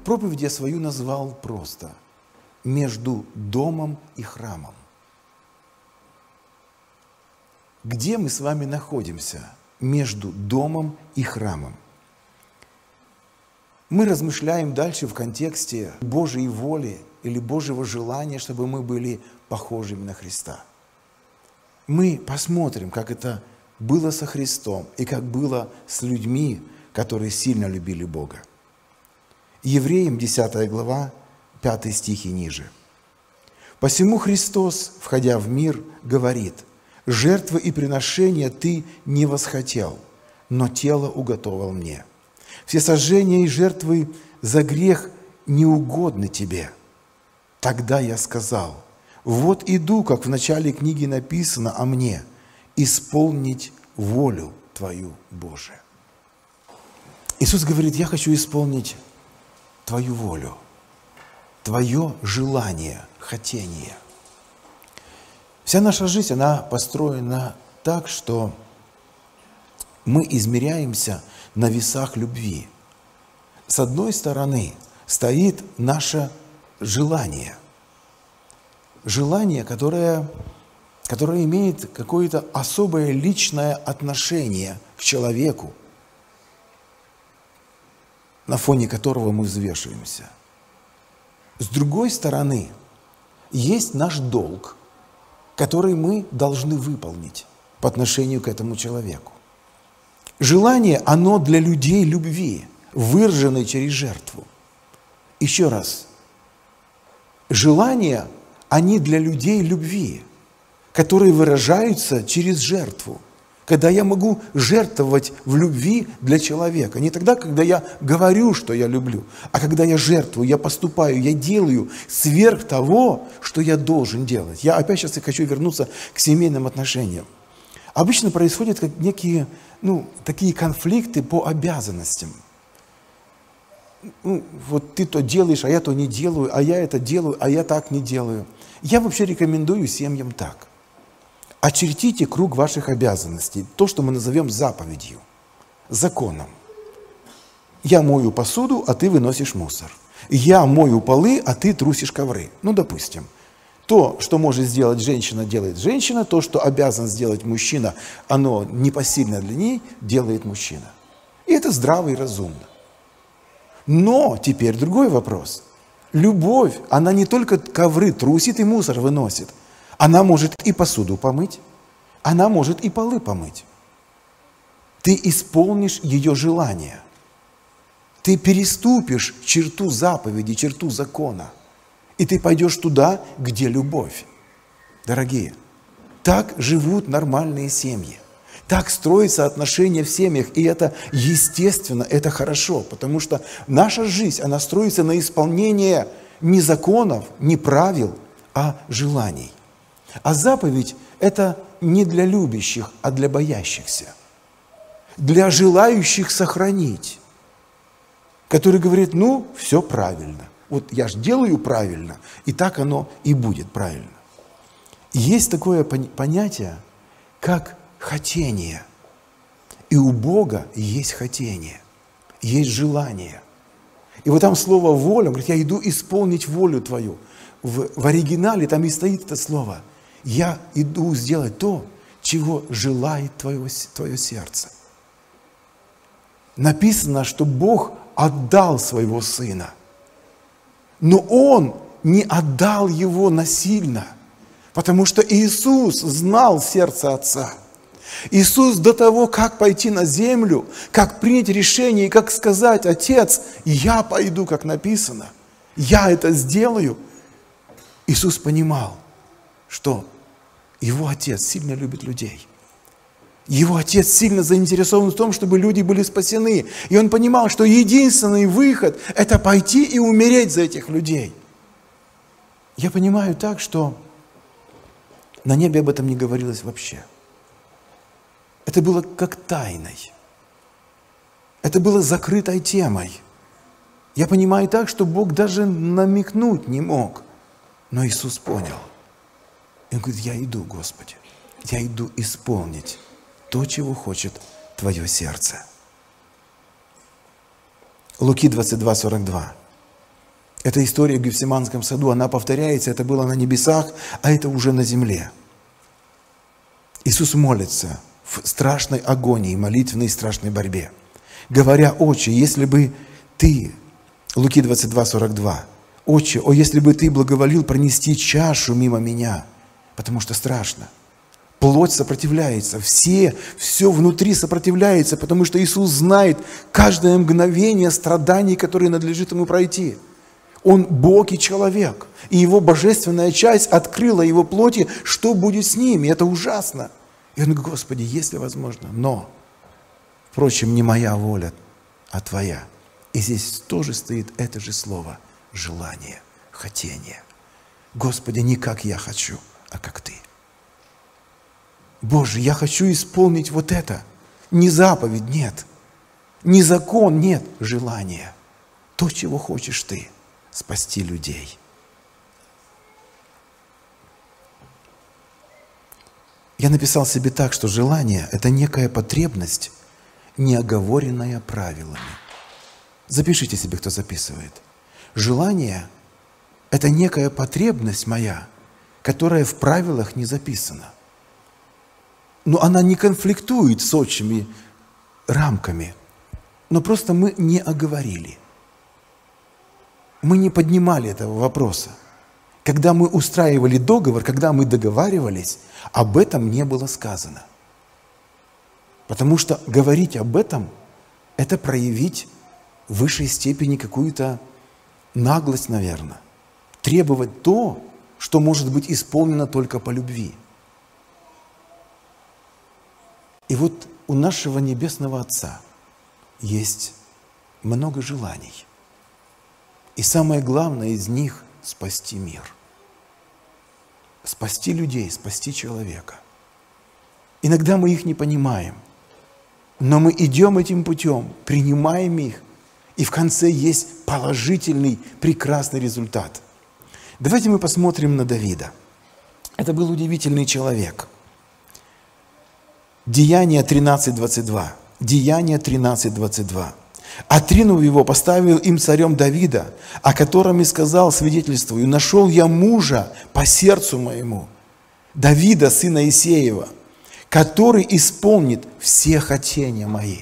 проповедь я свою назвал просто «Между домом и храмом». Где мы с вами находимся между домом и храмом? Мы размышляем дальше в контексте Божьей воли или Божьего желания, чтобы мы были похожими на Христа. Мы посмотрим, как это было со Христом и как было с людьми, которые сильно любили Бога. Евреям 10 глава, 5 стих и ниже. «Посему Христос, входя в мир, говорит: жертвы и приношения ты не восхотел, но тело уготовил мне. Всесожжения и жертвы за грех не угодны тебе. Тогда я сказал: вот иду, как в начале книги написано о мне, исполнить волю твою, Боже». Иисус говорит: я хочу исполнить твою волю, твое желание, хотение. Вся наша жизнь, она построена так, что мы измеряемся на весах любви. С одной стороны стоит наше желание. Желание, которое имеет какое-то особое личное отношение к человеку, на фоне которого мы взвешиваемся. С другой стороны, есть наш долг, который мы должны выполнить по отношению к этому человеку. Желание, оно для людей любви, выраженной через жертву. Еще раз. Желания, они для людей любви, которые выражаются через жертву. Когда я могу жертвовать в любви для человека. Не тогда, когда я говорю, что я люблю, а когда я жертвую, я поступаю, я делаю сверх того, что я должен делать. Я опять сейчас хочу вернуться к семейным отношениям. Обычно происходят как некие, такие конфликты по обязанностям. Вот ты то делаешь, а я то не делаю, а я это делаю, а я так не делаю. Я вообще рекомендую семьям так. Очертите круг ваших обязанностей, то, что мы назовем заповедью, законом. Я мою посуду, а ты выносишь мусор. Я мою полы, а ты трусишь ковры. Допустим. То, что может сделать женщина, делает женщина. То, что обязан сделать мужчина, оно непосильно для ней, делает мужчина. И это здраво и разумно. Но теперь другой вопрос. Любовь, она не только ковры трусит и мусор выносит. Она может и посуду помыть, она может и полы помыть. Ты исполнишь ее желание. Ты переступишь черту заповеди, черту закона. И ты пойдешь туда, где любовь. Дорогие, так живут нормальные семьи. Так строятся отношения в семьях. И это естественно, это хорошо. Потому что наша жизнь, она строится на исполнении не законов, не правил, а желаний. А заповедь – это не для любящих, а для боящихся. Для желающих сохранить. Который говорит: все правильно. Вот я же делаю правильно, и так оно и будет правильно. Есть такое понятие, как хотение. И у Бога есть хотение, есть желание. И вот там слово «воля», он говорит: я иду исполнить волю твою. В оригинале там и стоит это слово. Я иду сделать то, чего желает твое сердце. Написано, что Бог отдал своего Сына. Но Он не отдал Его насильно, потому что Иисус знал сердце Отца. Иисус до того, как пойти на землю, как принять решение и как сказать: Отец, я пойду, как написано, я это сделаю. Иисус понимал, что Его Отец сильно любит людей. Его Отец сильно заинтересован в том, чтобы люди были спасены. И Он понимал, что единственный выход – это пойти и умереть за этих людей. Я понимаю так, что на небе об этом не говорилось вообще. Это было как тайной. Это было закрытой темой. Я понимаю так, что Бог даже намекнуть не мог. Но Иисус понял. И Он говорит: я иду, Господи, я иду исполнить то, чего хочет Твое сердце. Луки 22:42. Эта история в Гефсиманском саду, она повторяется, это было на небесах, а это уже на земле. Иисус молится в страшной агонии, молитвенной страшной борьбе, говоря: «Отче, если бы Ты», Луки 22:42, «Отче, о, если бы Ты благоволил пронести чашу мимо меня», потому что страшно. Плоть сопротивляется, все внутри сопротивляется, потому что Иисус знает каждое мгновение страданий, которые надлежит Ему пройти. Он Бог и человек, и Его божественная часть открыла Его плоти, что будет с ним, и это ужасно. И Он говорит: Господи, если возможно, но, впрочем, не моя воля, а Твоя. И здесь тоже стоит это же слово – желание, хотение. Господи, не как я хочу, а как Ты. Боже, я хочу исполнить вот это. Не заповедь, нет. Не закон, нет. Желание. То, чего хочешь Ты. Спасти людей. Я написал себе так, что желание – это некая потребность, не оговоренная правилами. Запишите себе, кто записывает. Желание – это некая потребность моя, которая в правилах не записана. Но она не конфликтует с отчими рамками, но просто мы не оговорили. Мы не поднимали этого вопроса. Когда мы устраивали договор, когда мы договаривались, об этом не было сказано. Потому что говорить об этом – это проявить в высшей степени какую-то наглость, наверное. Требовать то, что может быть исполнено только по любви. И вот у нашего Небесного Отца есть много желаний. И самое главное из них – спасти мир. Спасти людей, спасти человека. Иногда мы их не понимаем, но мы идем этим путем, принимаем их, и в конце есть положительный, прекрасный результат. Давайте мы посмотрим на Давида. Это был удивительный человек. Деяния 13:22. Деяния 13:22. «Отринув его, поставил им царем Давида, о котором и сказал, свидетельствую: нашел я мужа по сердцу моему, Давида, сына Исеева, который исполнит все хотения мои».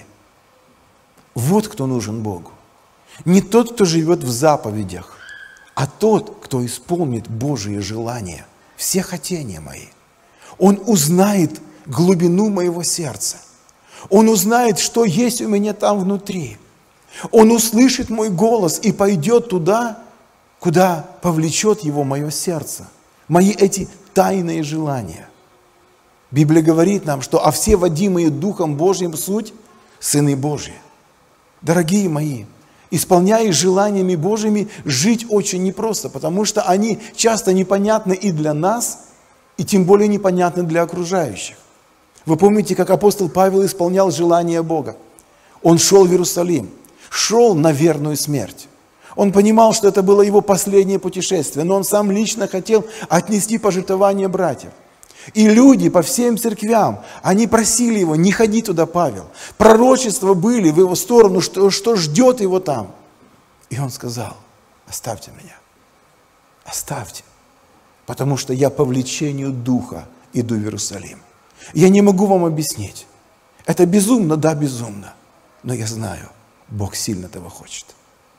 Вот кто нужен Богу. Не тот, кто живет в заповедях, а тот, кто исполнит Божие желания, все хотения мои. Он узнает глубину моего сердца. Он узнает, что есть у меня там внутри. Он услышит мой голос и пойдет туда, куда повлечет его мое сердце. Мои эти тайные желания. Библия говорит нам, что «а все водимые Духом Божьим суть сыны Божьи». Дорогие мои, исполняя желаниями Божьими, жить очень непросто, потому что они часто непонятны и для нас, и тем более непонятны для окружающих. Вы помните, как апостол Павел исполнял желания Бога? Он шел в Иерусалим, шел на верную смерть. Он понимал, что это было его последнее путешествие, но он сам лично хотел отнести пожертвование братьев. И люди по всем церквям, они просили его: не ходи туда, Павел. Пророчества были в его сторону, что ждет его там. И он сказал: оставьте меня, оставьте, потому что я по влечению Духа иду в Иерусалим. Я не могу вам объяснить. Это безумно, да, безумно. Но я знаю, Бог сильно этого хочет.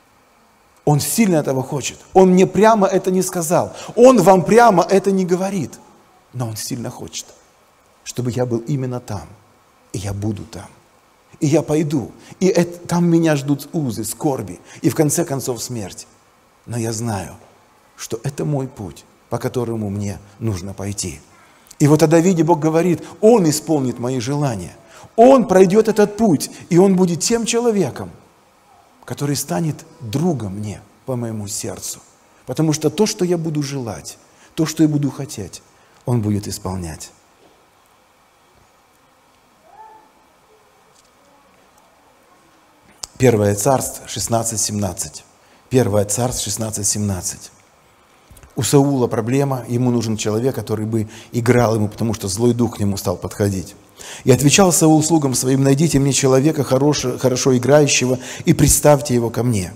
Он сильно этого хочет. Он мне прямо это не сказал. Он вам прямо это не говорит. Но Он сильно хочет, чтобы я был именно там. И я буду там. И я пойду. И там меня ждут узы, скорби. И в конце концов смерть. Но я знаю, что это мой путь, по которому мне нужно пойти. И вот о Давиде Бог говорит: он исполнит мои желания. Он пройдет этот путь, и он будет тем человеком, который станет другом мне по моему сердцу. Потому что то, что я буду желать, то, что я буду хотеть, он будет исполнять. Первое Царство 16:17. Первое Царство 16:17. У Саула проблема, ему нужен человек, который бы играл ему, потому что злой дух к нему стал подходить. И отвечал Саул слугам своим: найдите мне человека хорошо играющего и представьте его ко мне.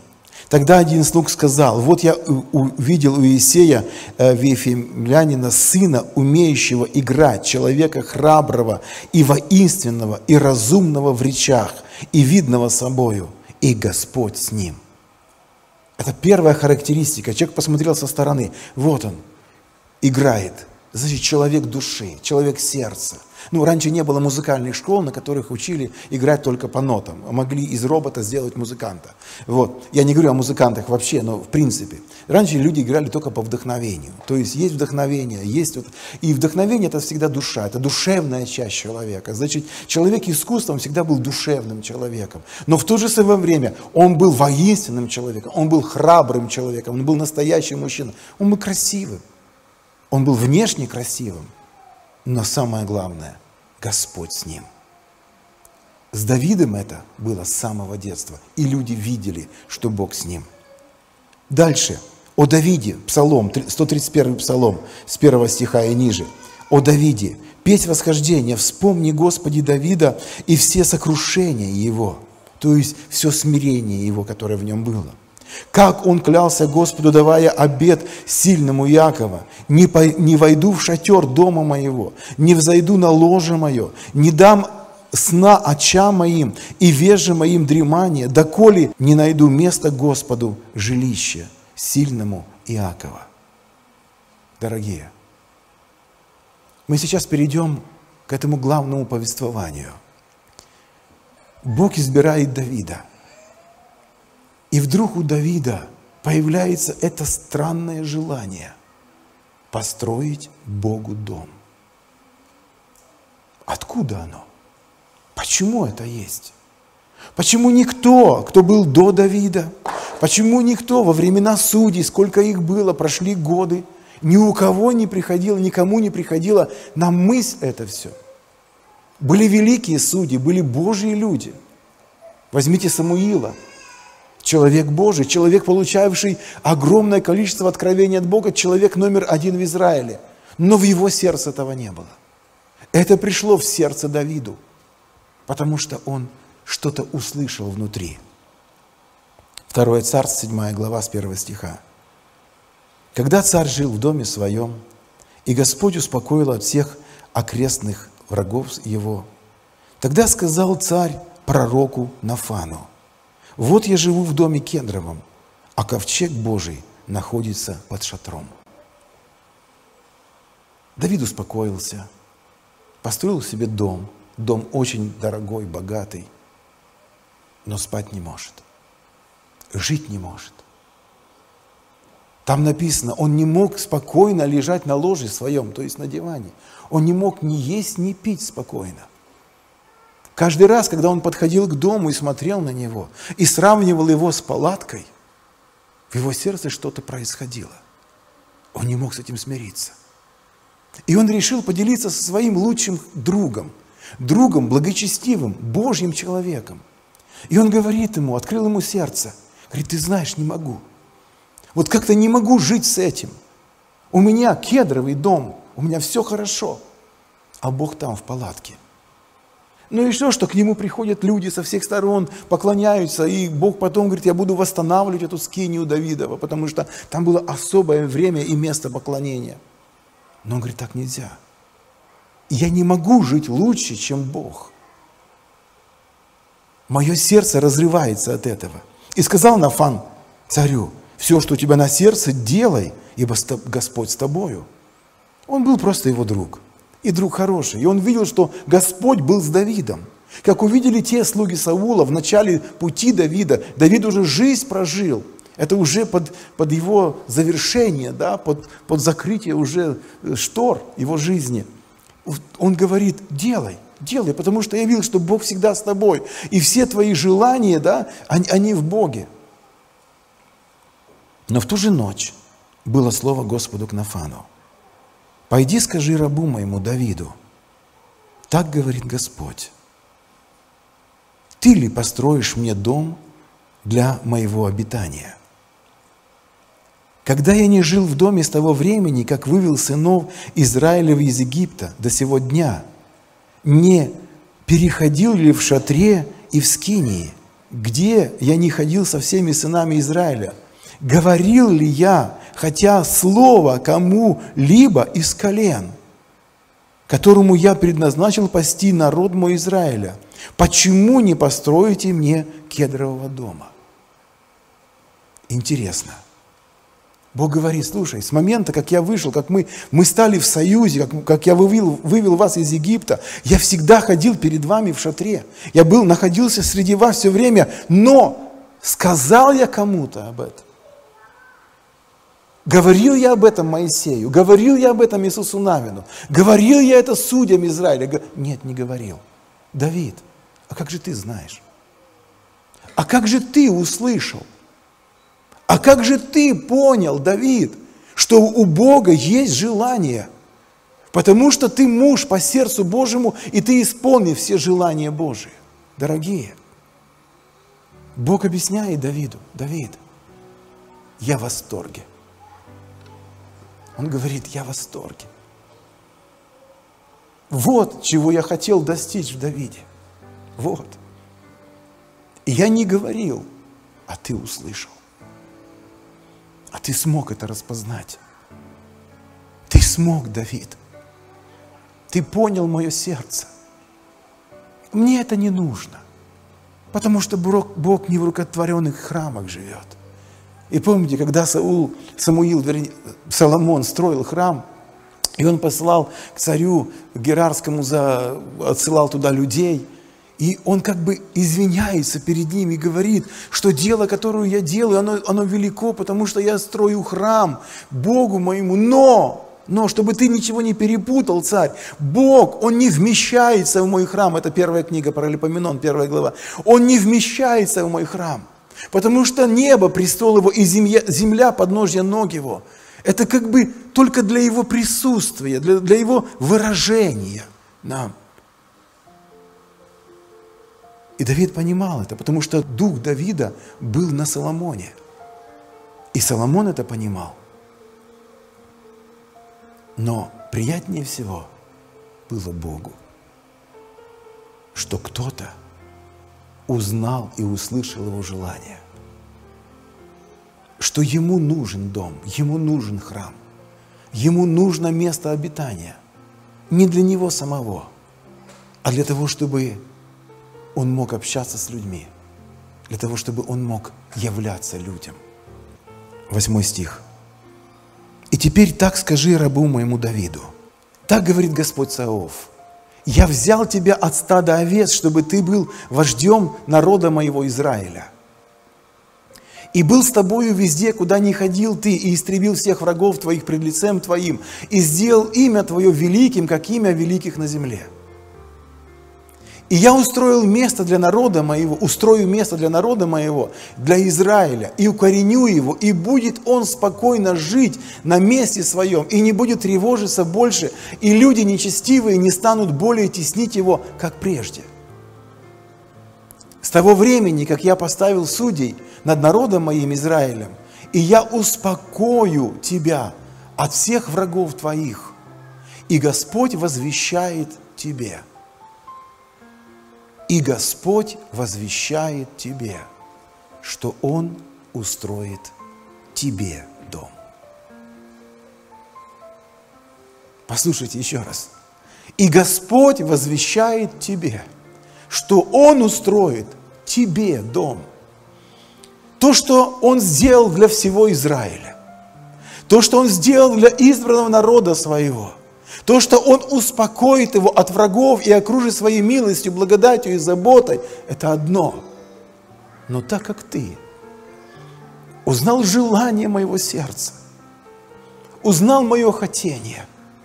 Тогда один слуг сказал: вот я увидел у Иисея Вифлеемлянина сына, умеющего играть, человека храброго и воинственного, и разумного в речах, и видного собою, и Господь с ним. Это первая характеристика. Человек посмотрел со стороны. Вот он, играет. Значит, человек души, человек сердца. Раньше не было музыкальных школ, на которых учили играть только по нотам. Могли из робота сделать музыканта. Вот. Я не говорю о музыкантах вообще, но в принципе. Раньше люди играли только по вдохновению. То есть есть вдохновение, есть... И вдохновение – это всегда душа, это душевная часть человека. Значит, человек искусства, он всегда был душевным человеком. Но в то же самое время он был воинственным человеком, он был храбрым человеком, он был настоящим мужчиной, он был красивым. Он был внешне красивым, но самое главное, Господь с ним. С Давидом это было с самого детства, и люди видели, что Бог с ним. Дальше, о Давиде, Псалом, 131 Псалом, с 1 стиха и ниже. О Давиде, петь восхождение, вспомни, Господи, Давида и все сокрушения его, то есть все смирение его, которое в нем было. Как он клялся Господу, давая обет сильному Иакова: не войду в шатер дома моего, не взойду на ложе мое, не дам сна очам моим и веже моим дремания, доколе не найду место Господу жилище сильному Иакова. Дорогие, мы сейчас перейдем к этому главному повествованию. Бог избирает Давида. И вдруг у Давида появляется это странное желание построить Богу дом. Откуда оно? Почему это есть? Почему никто, кто был до Давида, почему никто во времена судей, сколько их было, прошли годы, ни у кого не приходило, никому не приходило на мысль это все? Были великие судьи, были Божьи люди. Возьмите Самуила. Человек Божий, человек, получавший огромное количество откровений от Бога, человек номер один в Израиле. Но в его сердце этого не было. Это пришло в сердце Давиду, потому что он что-то услышал внутри. 2 Царств, 7 глава, с 1 стиха. «Когда царь жил в доме своем, и Господь успокоил от всех окрестных врагов его, тогда сказал царь пророку Нафану: вот я живу в доме кедровом, а ковчег Божий находится под шатром». Давид успокоился, построил себе дом очень дорогой, богатый, но спать не может, жить не может. Там написано, он не мог спокойно лежать на ложе своем, то есть на диване. Он не мог ни есть, ни пить спокойно. Каждый раз, когда он подходил к дому и смотрел на него, и сравнивал его с палаткой, в его сердце что-то происходило. Он не мог с этим смириться. И он решил поделиться со своим лучшим другом, благочестивым, Божьим человеком. И он говорит ему, открыл ему сердце, говорит: ты знаешь, не могу. Вот как-то не могу жить с этим. У меня кедровый дом, у меня все хорошо, а Бог там в палатке. Ну и что к нему приходят люди со всех сторон, поклоняются, и Бог потом говорит: я буду восстанавливать эту скинию Давидова, потому что там было особое время и место поклонения. Но он говорит: так нельзя. Я не могу жить лучше, чем Бог. Мое сердце разрывается от этого. И сказал Нафан царю: все, что у тебя на сердце, делай, ибо Господь с тобою. Он был просто его друг. И друг хороший. И он видел, что Господь был с Давидом. Как увидели те слуги Саула в начале пути Давида. Давид уже жизнь прожил. Это уже под его завершение, да, под закрытие уже штор его жизни. Он говорит: делай, потому что я видел, что Бог всегда с тобой. И все твои желания, да, они в Боге. Но в ту же ночь было слово Господу к Нафану: пойди, скажи рабу моему Давиду, так говорит Господь: ты ли построишь мне дом для моего обитания? Когда я не жил в доме с того времени, как вывел сынов Израилев из Египта до сего дня, не переходил ли в шатре и в скинии, где я не ходил со всеми сынами Израиля? Говорил ли я, хотя слово кому-либо из колен, которому я предназначил пасти народ мой Израиля? Почему не построите мне кедрового дома? Интересно. Бог говорит: слушай, с момента, как я вышел, как мы стали в союзе, как я вывел вас из Египта, я всегда ходил перед вами в шатре. Я находился среди вас все время, но сказал я кому-то об этом? Говорил я об этом Моисею, говорил я об этом Иисусу Навину, говорил я это судьям Израиля? Нет, не говорил. Давид, а как же ты знаешь? А как же ты услышал? А как же ты понял, Давид, что у Бога есть желание? Потому что ты муж по сердцу Божьему, и ты исполнил все желания Божии. Дорогие, Бог объясняет Давиду: Давид, я в восторге. Он говорит: я в восторге. Вот чего я хотел достичь в Давиде. Вот. И я не говорил, а ты услышал. А ты смог это распознать. Ты смог, Давид. Ты понял мое сердце. Мне это не нужно, потому что Бог не в рукотворенных храмах живет. И помните, когда Соломон строил храм, и он послал к царю Герарскому, отсылал туда людей, и он как бы извиняется перед ним и говорит, что дело, которое я делаю, оно велико, потому что я строю храм Богу моему, но, чтобы ты ничего не перепутал, царь, Бог, Он не вмещается в мой храм. Это первая книга Паралипоменон, 1 глава. Он не вмещается в мой храм, потому что небо, престол Его, и земля, подножье ног Его. Это как бы только для Его присутствия, для Его выражения нам. И Давид понимал это, потому что дух Давида был на Соломоне. И Соломон это понимал. Но приятнее всего было Богу, что кто-то узнал и услышал его желание, что ему нужен дом, ему нужен храм, ему нужно место обитания. Не для него самого, а для того, чтобы он мог общаться с людьми, для того, чтобы он мог являться людям. 8 стих. «И теперь так скажи рабу моему Давиду, так говорит Господь Саваоф, я взял тебя от стада овец, чтобы ты был вождем народа моего Израиля. И был с тобою везде, куда ни ходил ты, и истребил всех врагов твоих пред лицем твоим, и сделал имя твое великим, как имя великих на земле. И я устрою место для народа моего, для Израиля, и укореню его, и будет он спокойно жить на месте своем, и не будет тревожиться больше, и люди нечестивые не станут более теснить его, как прежде. С того времени, как я поставил судей над народом моим Израилем, и я успокою тебя от всех врагов твоих, и Господь возвещает тебе». И Господь возвещает тебе, что Он устроит тебе дом. Послушайте еще раз. И Господь возвещает тебе, что Он устроит тебе дом. То, что Он сделал для всего Израиля, то, что Он сделал для избранного народа своего, то, что Он успокоит его от врагов и окружит своей милостью, благодатью и заботой, это одно. Но так как ты узнал желание моего сердца, узнал мое хотение,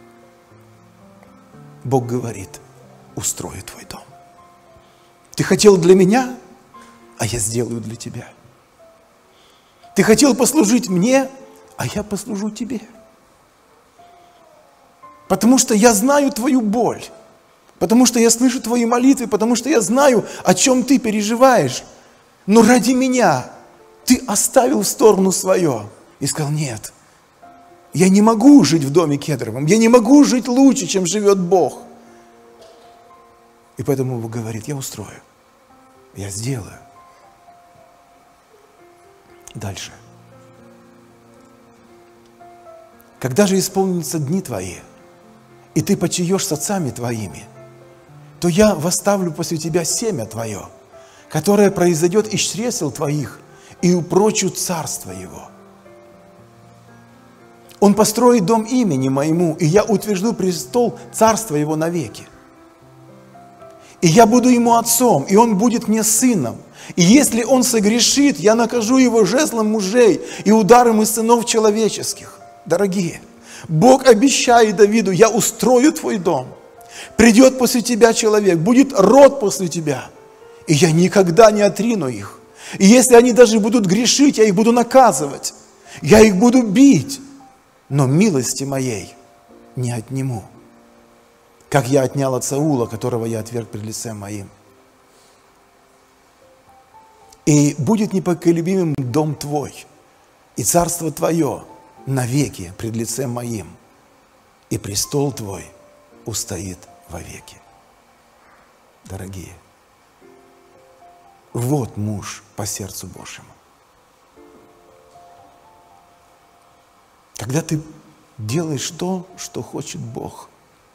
Бог говорит: устрою твой дом. Ты хотел для меня, а я сделаю для тебя. Ты хотел послужить мне, а я послужу тебе. Потому что я знаю твою боль, потому что я слышу твои молитвы, потому что я знаю, о чем ты переживаешь. Но ради меня ты оставил в сторону свое и сказал: нет, я не могу жить в доме кедровом, я не могу жить лучше, чем живет Бог. И поэтому Бог говорит: я устрою, я сделаю, Дальше. Когда же исполнятся дни твои, и ты почиешь с отцами твоими, то я восставлю после тебя семя твое, которое произойдет из чресел твоих, и упрочу царство его. Он построит дом имени моему, и я утвержду престол царства его навеки. И я буду ему отцом, и он будет мне сыном. И если он согрешит, я накажу его жезлом мужей и ударом из сынов человеческих. Дорогие, Бог обещает Давиду: я устрою твой дом. Придет после тебя человек, будет род после тебя, и я никогда не отрину их. И если они даже будут грешить, я их буду наказывать, я их буду бить, но милости моей не отниму, как я отнял от Саула, которого я отверг пред лицем моим. И будет непоколебимым дом твой, и царство твое навеки пред лицем моим, и престол твой устоит вовеки. Дорогие, вот муж по сердцу Божьему. Когда ты делаешь то, что хочет Бог,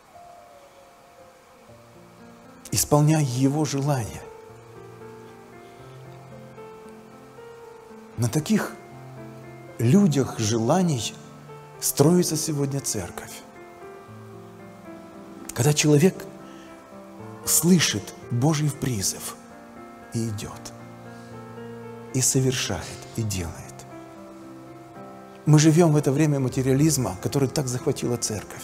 исполняй Его желания. На таких людях желаний строится сегодня церковь. Когда человек слышит Божий призыв и идет, и совершает, и делает. Мы живем в это время материализма, который так захватила церковь.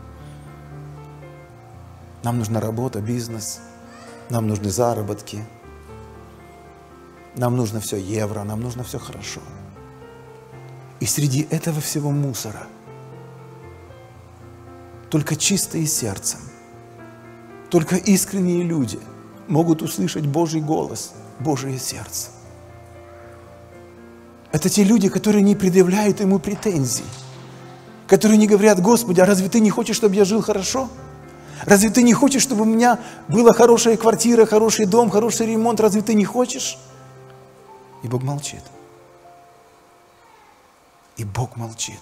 Нам нужна работа, бизнес, нам нужны заработки, нам нужно все евро, нам нужно все хорошо. И среди этого всего мусора только чистые сердцем, только искренние люди могут услышать Божий голос, Божие сердце. Это те люди, которые не предъявляют Ему претензий, которые не говорят: Господи, а разве Ты не хочешь, чтобы я жил хорошо? Разве Ты не хочешь, чтобы у меня была хорошая квартира, хороший дом, хороший ремонт? Разве Ты не хочешь? И Бог молчит. И Бог молчит.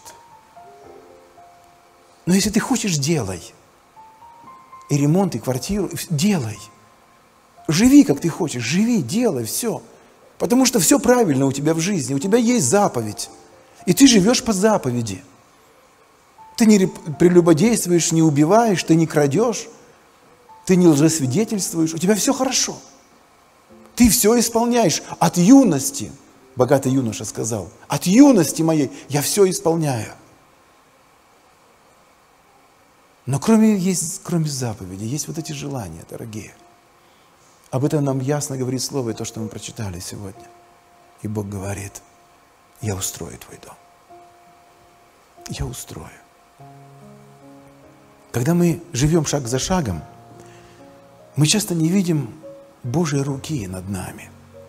Но если ты хочешь, делай. И ремонт, и квартиру, делай. Живи, как ты хочешь, живи, делай, все. Потому что все правильно у тебя в жизни, у тебя есть заповедь. И ты живешь по заповеди. Ты не прелюбодействуешь, не убиваешь, ты не крадешь, ты не лжесвидетельствуешь, у тебя все хорошо. Ты все исполняешь от юности. Богатый юноша сказал: от юности моей я все исполняю. Но кроме заповеди, есть вот эти желания, дорогие. Об этом нам ясно говорит Слово и то, что мы прочитали сегодня. И Бог говорит: я устрою твой дом. Я устрою. Когда мы живем шаг за шагом, мы часто не видим Божьей руки над нами.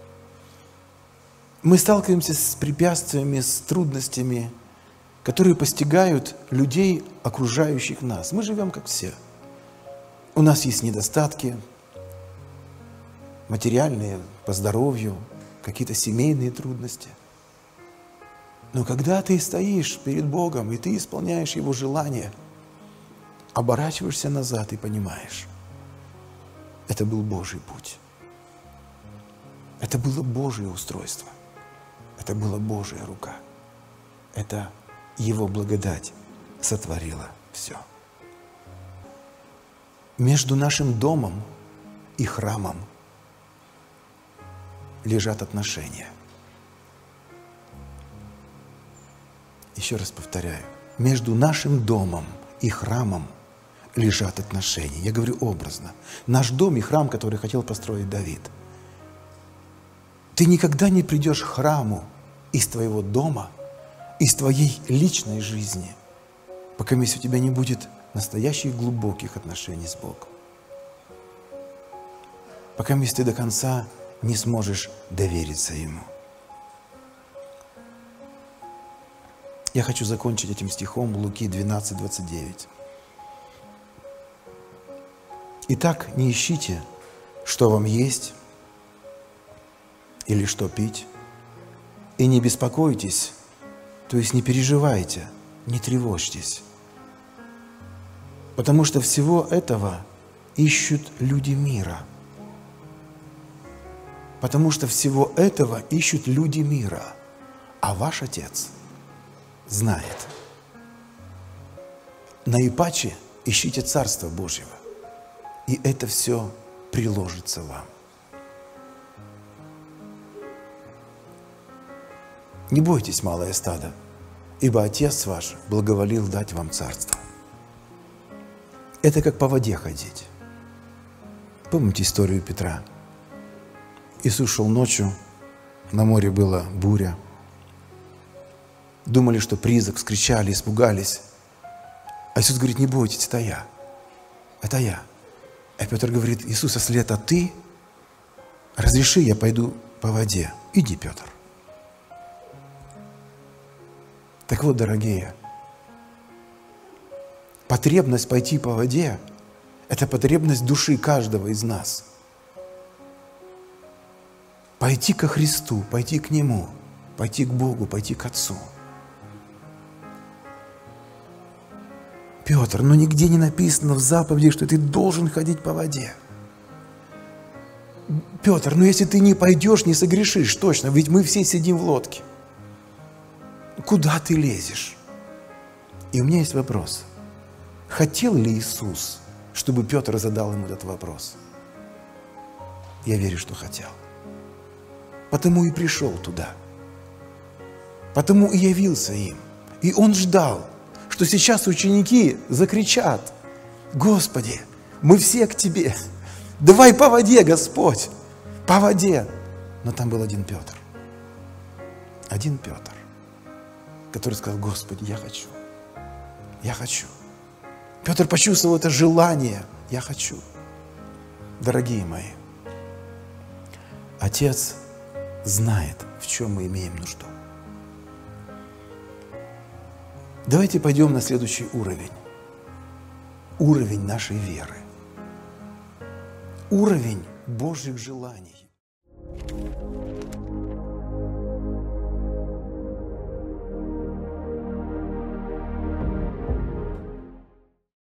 Мы сталкиваемся с препятствиями, с трудностями, которые постигают людей, окружающих нас. Мы живем как все. У нас есть недостатки, материальные, по здоровью, какие-то семейные трудности. Но когда ты стоишь перед Богом, и ты исполняешь Его желания, оборачиваешься назад и понимаешь: это был Божий путь. Это было Божие устройство. Это была Божья рука. Это Его благодать сотворила все. Между нашим домом и храмом лежат отношения. Еще раз повторяю. Между нашим домом и храмом лежат отношения. Я говорю образно. Наш дом и храм, который хотел построить Давид. Ты никогда не придешь к храму из твоего дома, из твоей личной жизни, пока у тебя не будет настоящих глубоких отношений с Богом. Пока ты до конца не сможешь довериться Ему. Я хочу закончить этим стихом Луки 12:29. Итак, не ищите, что вам есть или что пить, И не беспокойтесь, то есть не переживайте, не тревожьтесь. Потому что всего этого ищут люди мира. Потому что всего этого ищут люди мира. А ваш Отец знает. Наипаче ищите Царство Божьего, и это все приложится вам. Не бойтесь, малое стадо, ибо Отец ваш благоволил дать вам царство. Это как по воде ходить. Помните историю Петра? Иисус шел ночью, на море была буря. Думали, что призрак, вскричали, испугались. А Иисус говорит: не бойтесь, это я. Это я. А Петр говорит: Иисус, если это ты, разреши, я пойду по воде. Иди, Петр. Так вот, дорогие, потребность пойти по воде – это потребность души каждого из нас. Пойти ко Христу, пойти к Нему, пойти к Богу, пойти к Отцу. Петр, но нигде не написано в заповеди, что ты должен ходить по воде. Петр, но если ты не пойдешь, не согрешишь, точно, ведь мы все сидим в лодке. Куда ты лезешь? И у меня есть вопрос. Хотел ли Иисус, чтобы Петр задал ему этот вопрос? Я верю, что хотел. Потому и пришел туда. Потому и явился им. И он ждал, что сейчас ученики закричат: Господи, мы все к Тебе. Давай по воде, Господь, по воде. Но там был один Петр. Один Петр, который сказал: Господи, я хочу. Я хочу. Петр почувствовал это желание. Я хочу. Дорогие мои, Отец знает, в чем мы имеем нужду. Давайте пойдем на следующий уровень. Уровень нашей веры. Уровень Божьих желаний.